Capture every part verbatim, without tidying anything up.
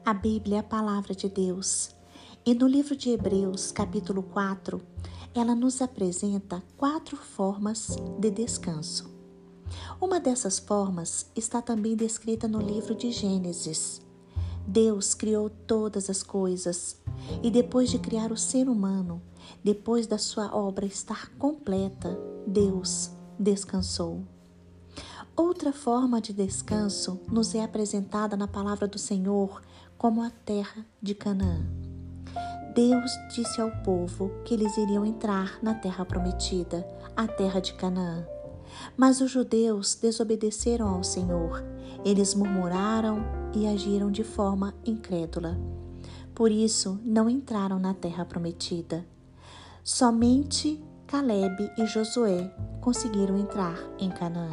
A Bíblia é a palavra de Deus. E no livro de Hebreus, capítulo quatro, ela nos apresenta quatro formas de descanso. Uma dessas formas está também descrita no livro de Gênesis. Deus criou todas as coisas e depois de criar o ser humano, depois da sua obra estar completa, Deus descansou. Outra forma de descanso nos é apresentada na palavra do Senhor como a terra de Canaã. Deus disse ao povo que eles iriam entrar na terra prometida, a terra de Canaã. Mas os judeus desobedeceram ao Senhor. Eles murmuraram e agiram de forma incrédula. Por isso, não entraram na terra prometida. Somente Calebe e Josué conseguiram entrar em Canaã.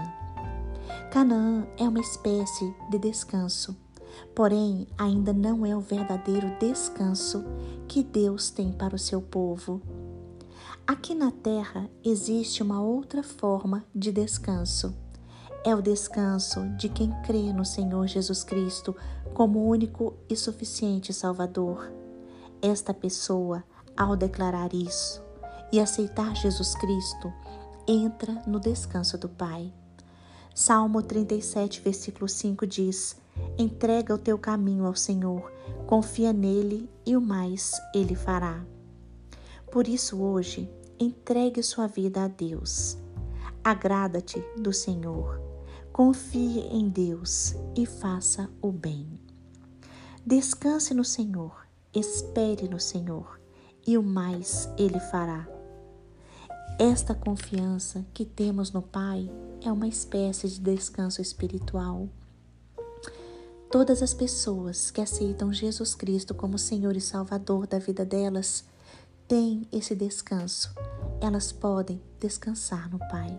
Canaã é uma espécie de descanso, porém ainda não é o verdadeiro descanso que Deus tem para o seu povo. Aqui na terra existe uma outra forma de descanso. É o descanso de quem crê no Senhor Jesus Cristo como único e suficiente Salvador. Esta pessoa, ao declarar isso e aceitar Jesus Cristo, entra no descanso do Pai. Salmo trinta e sete, versículo cinco diz: entrega o teu caminho ao Senhor, confia nele e o mais ele fará. Por isso hoje, entregue sua vida a Deus. Agrada-te do Senhor, confie em Deus e faça o bem. Descanse no Senhor, espere no Senhor e o mais ele fará. Esta confiança que temos no Pai é uma espécie de descanso espiritual. Todas as pessoas que aceitam Jesus Cristo como Senhor e Salvador da vida delas têm esse descanso. Elas podem descansar no Pai.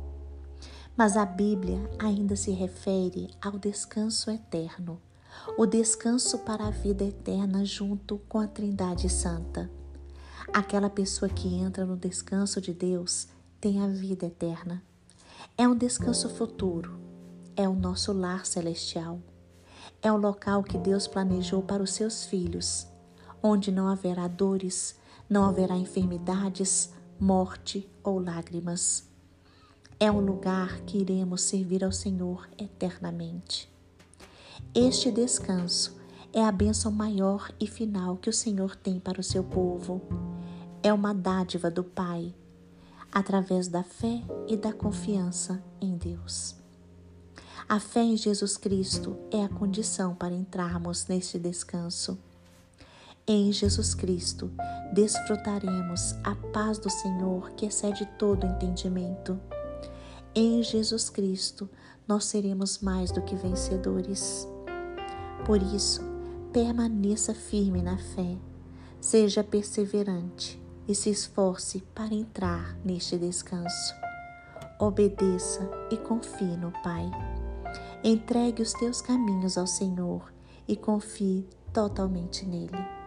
Mas a Bíblia ainda se refere ao descanso eterno, o descanso para a vida eterna junto com a Trindade Santa. Aquela pessoa que entra no descanso de Deus tem a vida eterna. É um descanso futuro, é o nosso lar celestial. É o local que Deus planejou para os seus filhos, onde não haverá dores, não haverá enfermidades, morte ou lágrimas. É um lugar que iremos servir ao Senhor eternamente. Este descanso é a bênção maior e final que o Senhor tem para o seu povo. É uma dádiva do Pai, através da fé e da confiança em Deus. A fé em Jesus Cristo é a condição para entrarmos neste descanso. Em Jesus Cristo, desfrutaremos a paz do Senhor que excede todo entendimento. Em Jesus Cristo, nós seremos mais do que vencedores. Por isso, permaneça firme na fé, seja perseverante e se esforce para entrar neste descanso. Obedeça e confie no Pai. Entregue os teus caminhos ao Senhor e confie totalmente nele.